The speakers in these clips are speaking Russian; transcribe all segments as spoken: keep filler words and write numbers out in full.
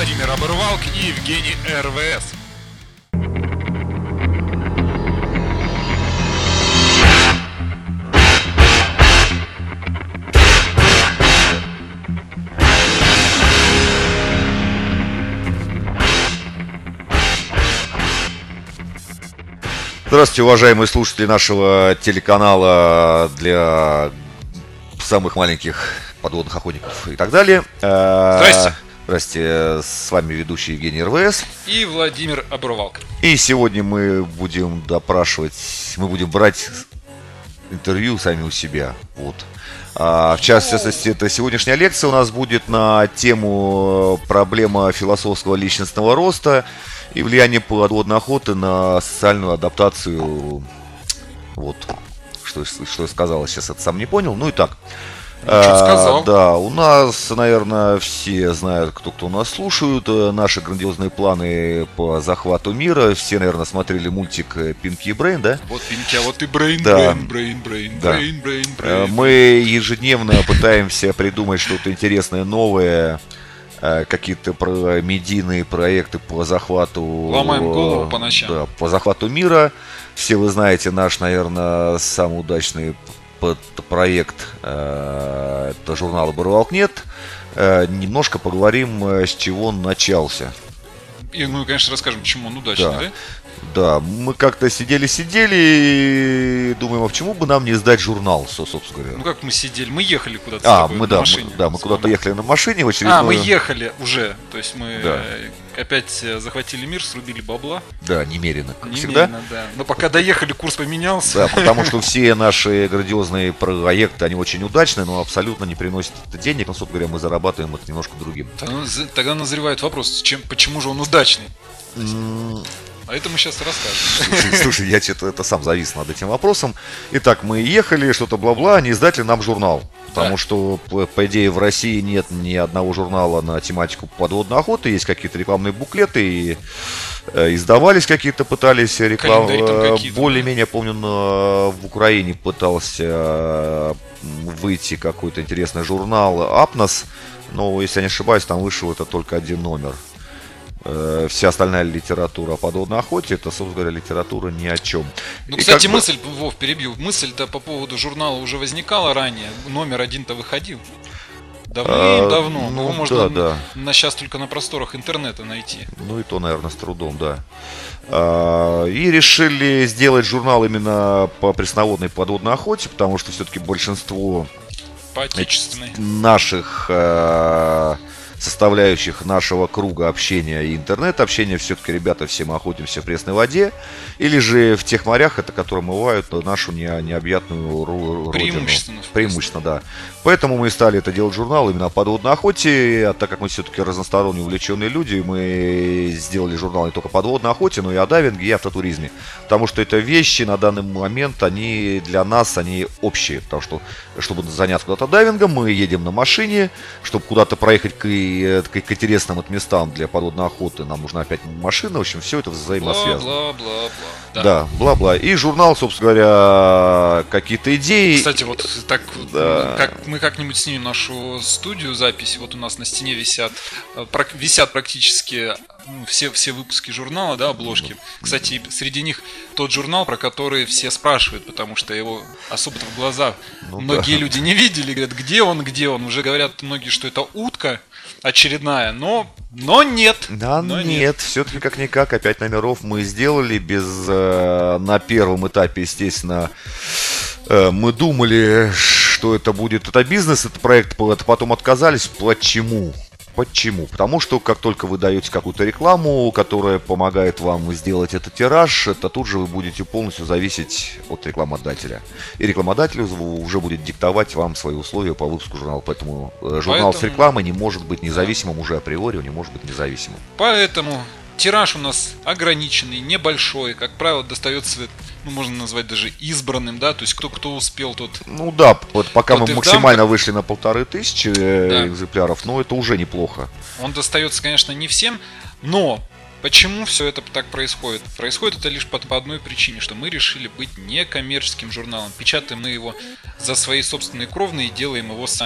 Владимир Оборвалк и Евгений эр вэ эс. Здравствуйте, уважаемые слушатели нашего телеканала для самых маленьких подводных охотников и так далее. Здрасте. Здрасте, с вами ведущий Евгений эр вэ эс. И Владимир Оборвалк. И сегодня мы будем допрашивать, мы будем брать интервью сами у себя. Вот. А, в частности, это сегодняшняя лекция у нас будет на тему проблема философского личностного роста и влияние подводной охоты на социальную адаптацию. Вот, что, что я сказал, сейчас это сам не понял. Ну и так. Ну, что сказал. А, да, у нас, наверное, все знают, кто кто нас слушают, наши грандиозные планы по захвату мира. Все, наверное, смотрели мультик Пинки и Брейн, да? Вот Пинки, а вот и Брейн, да. Брейн, Брейн, Брейн, да. Брейн, Брейн, Брейн. Мы ежедневно пытаемся придумать что-то интересное, новое, какие-то медийные проекты по захвату. Ломаем голову по ночам. Да, по захвату мира. Все вы знаете наш, наверное, самый удачный проект, это журнал «Оборвалк нет». Немножко поговорим, с чего он начался. И мы, конечно, расскажем, почему он удачный, да? Да, да. Мы как-то сидели-сидели и думаем, а почему бы нам не издать журнал, собственно говоря. Ну как мы сидели? Мы ехали куда-то а, с тобой мы, на да, машине. Мы, да, мы куда-то ехали на машине в очередную... А, мы ехали уже. То есть мы да. опять захватили мир, срубили бабла. Да, немерено, как немерено, всегда. Да. Но пока доехали, курс поменялся. Да, потому что все наши грандиозные проекты, они очень удачные, но абсолютно не приносят денег. Но, собственно говоря, мы зарабатываем это немножко другим. Тогда, тогда назревает вопрос, чем, почему же он удачный? А это мы сейчас расскажем. Слушай, слушай, я что-то это сам завис над этим вопросом. Итак, мы ехали, что-то бла-бла, они издали нам журнал. Потому да. что, по, по идее, в России нет ни одного журнала на тематику подводной охоты. Есть какие-то рекламные буклеты, и э, издавались какие-то, пытались рекламы. Более-менее, помню, на, в Украине пытался э, выйти какой-то интересный журнал «Апнос». Но, если я не ошибаюсь, там вышел это только один номер. Вся остальная литература о подводной охоте, это, собственно говоря, литература ни о чем. Ну, кстати, бы... мысль, Вов, перебью, мысль-то по поводу журнала уже возникала ранее. Номер один-то выходил. Давным-давно. А, ну, Его можно да, да. На, сейчас только на просторах интернета найти. Ну и то, наверное, с трудом, да. А, и решили сделать журнал именно по пресноводной подводной охоте, потому что все-таки большинство наших... А, составляющих нашего круга общения и интернет-общения, все-таки, ребята, все мы охотимся в пресной воде, или же в тех морях, это которые омывают нашу не, необъятную родину. Преимущественно. Преимущественно, да. Поэтому мы стали это делать журнал именно о подводной охоте, а так как мы все-таки разносторонне увлеченные люди, мы сделали журнал не только о подводной охоте, но и о дайвинге, и автотуризме. Потому что это вещи на данный момент, они для нас, они общие. Потому что, чтобы заняться куда-то дайвингом, мы едем на машине, чтобы куда-то проехать к И к, к интересным вот местам для подводной охоты нам нужна опять машина. В общем, все это взаимосвязано. Бла-бла-бла-бла. Да. да, бла-бла. И журнал, собственно говоря, какие-то идеи. Кстати, вот так да. как мы как-нибудь снимем нашу студию запись. Вот у нас на стене висят, висят практически все, все выпуски журнала, да, обложки. Кстати, среди них тот журнал, про который все спрашивают, потому что его особо-то в глаза ну, многие да. люди не видели. Говорят, где он, где он. Уже говорят многие, что это утка очередная, но, но нет. Да, но нет, нет. Все-таки как-никак опять номеров мы сделали без э, на первом этапе, естественно, э, мы думали, что это будет это бизнес, это проект, это потом отказались. Почему? Почему? Потому что как только вы даете какую-то рекламу, которая помогает вам сделать этот тираж, это тут же вы будете полностью зависеть от рекламодателя. И рекламодатель уже будет диктовать вам свои условия по выпуску журнала. Поэтому журнал Поэтому... с рекламой не может быть независимым уже априори, он не может быть независимым. Поэтому тираж у нас ограниченный, небольшой. Как правило, достается, ну, можно назвать даже избранным, да, то есть кто, кто успел, тот... Ну да, вот пока мы максимально дам, вышли на полторы тысячи да. экземпляров, но это уже неплохо. Он достается, конечно, не всем, но почему все это так происходит? Происходит это лишь по, по одной причине, что мы решили быть некоммерческим журналом. Печатаем мы его за свои собственные кровные и делаем его сами.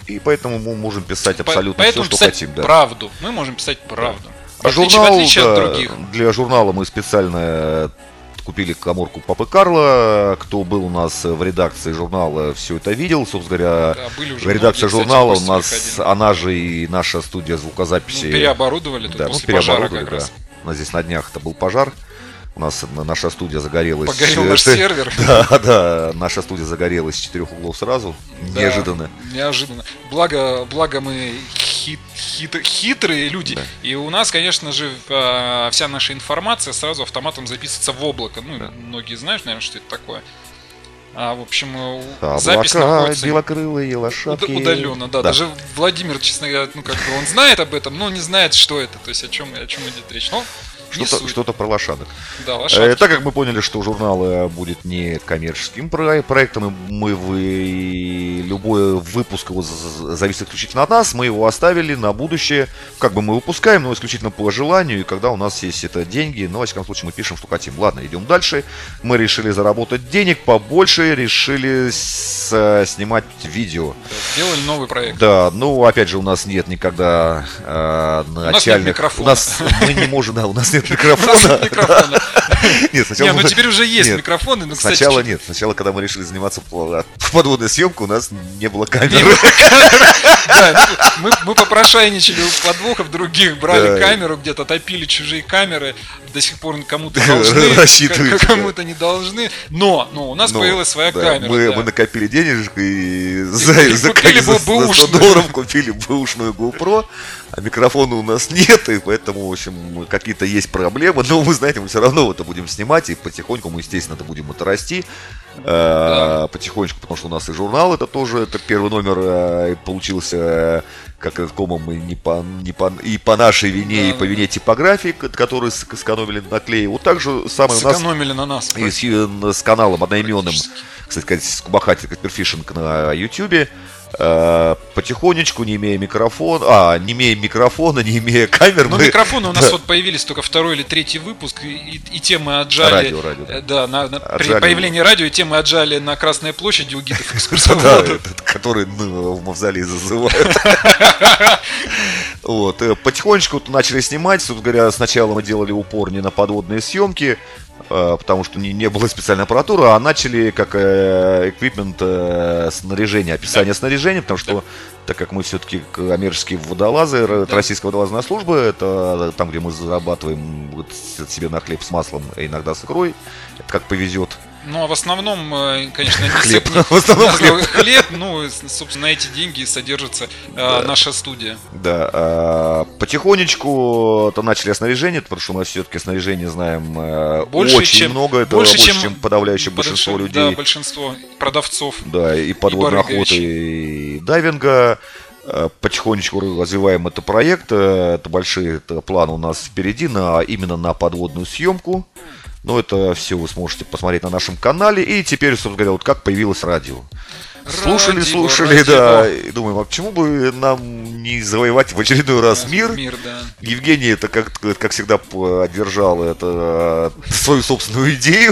И поэтому мы можем писать абсолютно Поэтому все, что писать хотим. Да. правду. Мы можем писать правду. А В отличие, журнал, в отличие да, от других. для журнала мы специально купили каморку Папы Карла. Кто был у нас в редакции журнала, все это видел. Собственно говоря, Да, были уже редакция многие, журнала кстати, у нас, приходили. она же и наша студия звукозаписи. Ну, переоборудовали тут Да, после ну, пожара переоборудовали, как да. раз. У нас здесь на днях это был пожар. У нас наша студия загорелась. Погорел наш сервер. Да, да, наша студия загорелась с четырех углов сразу. Да, Неожиданно. Неожиданно. Благо, благо мы хит, хит, хитрые люди. Да. И у нас, конечно же, э, вся наша информация сразу автоматом записывается в облако. Ну, Да. многие знают, наверное, что это такое. А, в общем, э, Облака, запись находится белокрылые лошадки. удаленно, да. Да. Даже Владимир, честно говоря, ну как бы он знает об этом, но не знает, что это. То есть о чем, о чем идет речь. Но не Что-то, суть. что-то про лошадок. Да, Э, лошадки. Так как мы поняли, что журнал э, будет не коммерческим про- проектом, и мы вы, любой выпуск его з- з- зависит исключительно от нас, мы его оставили на будущее. Как бы мы выпускаем, но исключительно по желанию, и когда у нас есть это деньги, но, во всяком случае, мы пишем, что хотим. Ладно, идем дальше. Мы решили заработать денег побольше, решили с- э, снимать видео. Да, сделали новый проект. Да, ну, опять же, у нас нет никогда э, нет начальных... микрофона. У нас, мы не можем, да, у нас нет У нас микрофона. нет микрофона. Нет, сначала Не, ну мы- теперь уже есть Нет, микрофоны, но, кстати, Сначала чуть- нет. Сначала, когда мы решили заниматься по- подводной съемкой, у нас не было камеры. Да, ну, мы, мы попрошайничали у подвохов других, брали Да. камеру где-то, топили чужие камеры, до сих пор кому-то должны, Рассчитываете, к- кому-то не должны, но, но у нас Но, появилась своя да, камера. Мы, да. мы накопили денежек и И за, за, купили за- за сто бэушную. долларов купили бэушную GoPro, а микрофона у нас нет, и поэтому, в общем, какие-то есть проблемы, но вы знаете, мы все равно это будем снимать, и потихоньку мы, естественно, это будем это расти. Э, потихонечку, потому что у нас и журнал это тоже, это первый номер э, получился, э, как это комом, и, не по, не по, и по нашей вине, Да, и по да, вине типографии, к- которые ск- сэкономили на клее. Вот так же самое у нас Сэкономили на нас. и с, э, с каналом одноименным, кстати сказать, с Кубахати Каперфишинг на Ютубе. Э, потихонечку, не имея микрофона, а, не имея микрофона, не имея камер, Но мы- микрофоны у нас Да. вот появились только второй или третий выпуск, и, и- и темы отжали. Радио, радио, да. э, Да, на, на- при Отжали. появлении радио темы отжали на Красной площади у гидов Да, экскурсоводов. этот, который ну, в мавзолей зазывают. Вот. э, Потихонечку вот начали снимать. Собственно говоря, сначала мы делали упор не на подводные съемки, э, потому что не, не было специальной аппаратуры, а начали как э, эквипмент э, снаряжение, описание снаряжения, потому что так как мы все-таки коммерческие водолазы, р- Российская водолазная служба, это там, где мы зарабатываем вот с- себе на хлеб с маслом, а иногда с икрой, это как повезет. Ну, а в основном, э, конечно, не Хлеб. с- не- В основном да, хлеб. хлеб, ну, и, собственно, на эти деньги содержится э, наша студия. Да, а, потихонечку то начали снаряжение, потому что мы все-таки снаряжение знаем э, Больше, очень чем- много, это больше, больше, чем чем подавляющее большинство Большин- людей. Да, большинство продавцов. Да, и подводной Барыгович. охоты, и дайвинга. Э, Потихонечку развиваем этот проект. Э, Это большие это планы у нас впереди, на, именно на подводную съемку. Но это все вы сможете посмотреть на нашем канале. И теперь, собственно говоря, вот как появилось радио. Слушали, Радио, слушали, радио. да. И думаем, а почему бы нам не завоевать в очередной раз мир? Мир, да. Евгений это как, как всегда поддержал это э, свою собственную идею.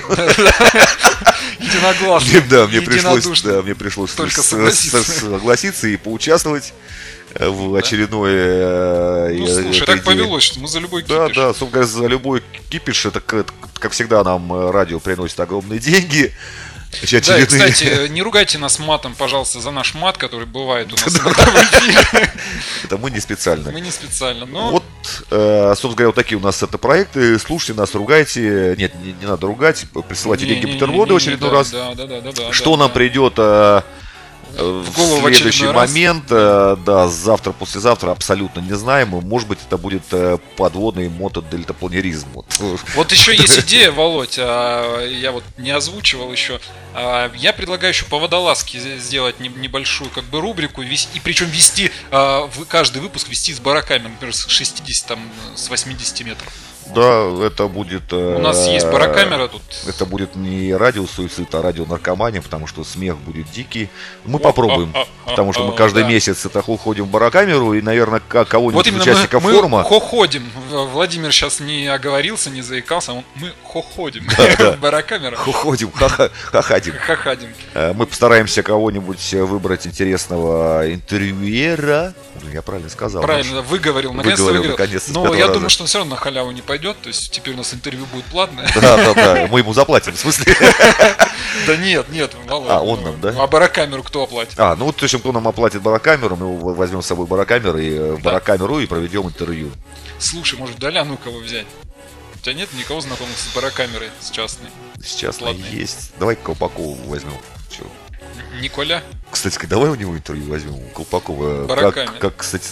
Единогласно. Да, мне пришлось, единодушно. да, мне пришлось Только с- согласиться. с- согласиться и поучаствовать э, в очередной э, Ну, э, слушай, этой так идее. повелось, что мы за любой Да, кипиш. да, собственно говоря, за любой кипиш, это, как как всегда, нам э, радио приносит огромные деньги. Значит, Да, и, очередные- кстати, не ругайте нас матом, пожалуйста, за наш мат, который бывает у нас иногда в эфире. это мы не специально. Мы не специально, но... Вот, э, собственно говоря, вот такие у нас это проекты. Слушайте нас, ругайте. Нет, не, не надо ругать. Присылайте деньги Не-не-не-не-не, бутерброды в очередной да, раз. Да, да, да, да, да, Что да, нам да. придет э, э, В голову в в следующий очередной раз. момент, э, да, завтра, послезавтра абсолютно не знаем. И, может быть, это будет э, подводный мотодельтапланеризм. Вот. Вот еще есть идея, Володь, а, я вот не озвучивал еще. А, Я предлагаю еще по водолазке сделать не- небольшую как бы рубрику, вес- и причем вести а, в каждый выпуск вести с бараками, например, с шестидесяти, там, с восьмидесяти метров. Да, это будет... У нас есть барокамера тут. Это будет не радиосуицид, а радионаркомания, потому что смех будет дикий. Мы попробуем, потому что мы каждый месяц это ходим в барокамеру, и, наверное, кого-нибудь из участников форума... Мы хоходим. Владимир сейчас не оговорился, не заикался, мы хоходим в барокамеру. Хоходим, хахадим. Хахадим. Мы постараемся кого-нибудь выбрать интересного интервьюера. Я правильно сказал. Правильно, выговорил, наконец-то выговорил. Но я думаю, что он все равно на халяву не пойдет, то есть теперь у нас интервью будет платное. Да, да, да, мы ему заплатим, в смысле? Да нет, нет, Володя. А, он нам, да? А барокамеру кто оплатит? А, ну, то есть, кто нам оплатит барокамеру, мы возьмем с собой барокамеру и в барокамеру и проведем интервью. Слушай, может, Доляну кого взять? У тебя нет никого знакомых с барокамерой, с частной? С частной есть. Давай Колпакова возьмем. Че? Николя? Кстати, давай у него интервью возьмем, у Колпакова. Барокамера. Как, как, кстати,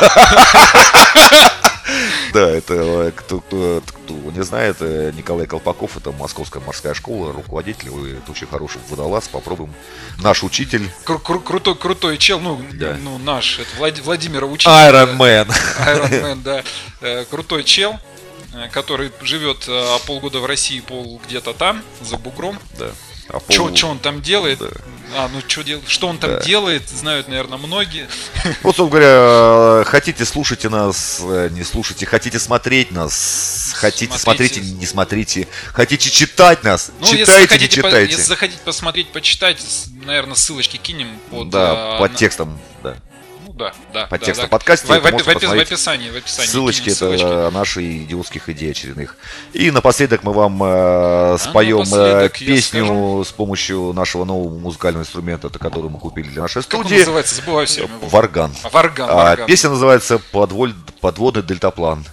да, это кто, кто, кто не знает, Николай Колпаков, это Московская морская школа, руководитель, это очень хороший водолаз, попробуем. Наш учитель. Кру- кру- крутой, крутой чел, ну, да. ну наш, это Влад- Владимира учитель. Iron Man. Iron Man, да. Э, крутой чел, который живет а, полгода в России, пол где-то там, за бугром. Да. А Что пол... он там делает? Да. А, ну что делает? Что он там да. делает, знают, наверное, многие. Вот, собственно говоря, хотите слушайте нас, не слушайте, хотите смотреть нас, хотите смотрите, не смотрите, хотите читать нас, ну, читайте, если захотите, не читайте. По, если захотите посмотреть, почитать, наверное, ссылочки кинем под, да, а, под на... текстом, да. Да, да, по да, тексту да. подкаста. В, в, в, в описании, в описании. Ссылочки это ссылочки. Наши идиотских идей очередных. И напоследок мы вам э, споем э, песню с помощью нашего нового музыкального инструмента, который мы купили для нашей студии. Как он называется? Забываю все. Варган. А, варган, а, варган. Песня называется «Подволь... «Подводный дельтаплан».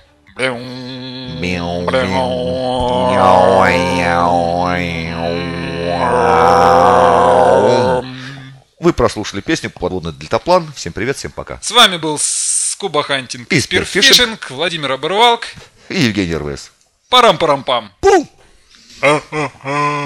Вы прослушали песню «Подводный дельтаплан». Всем привет, всем пока. С вами был Скуба Хантинг и Спирфишинг, Владимир Оборвалк и Евгений эр вэ эс. Парам-парам-пам. Пум!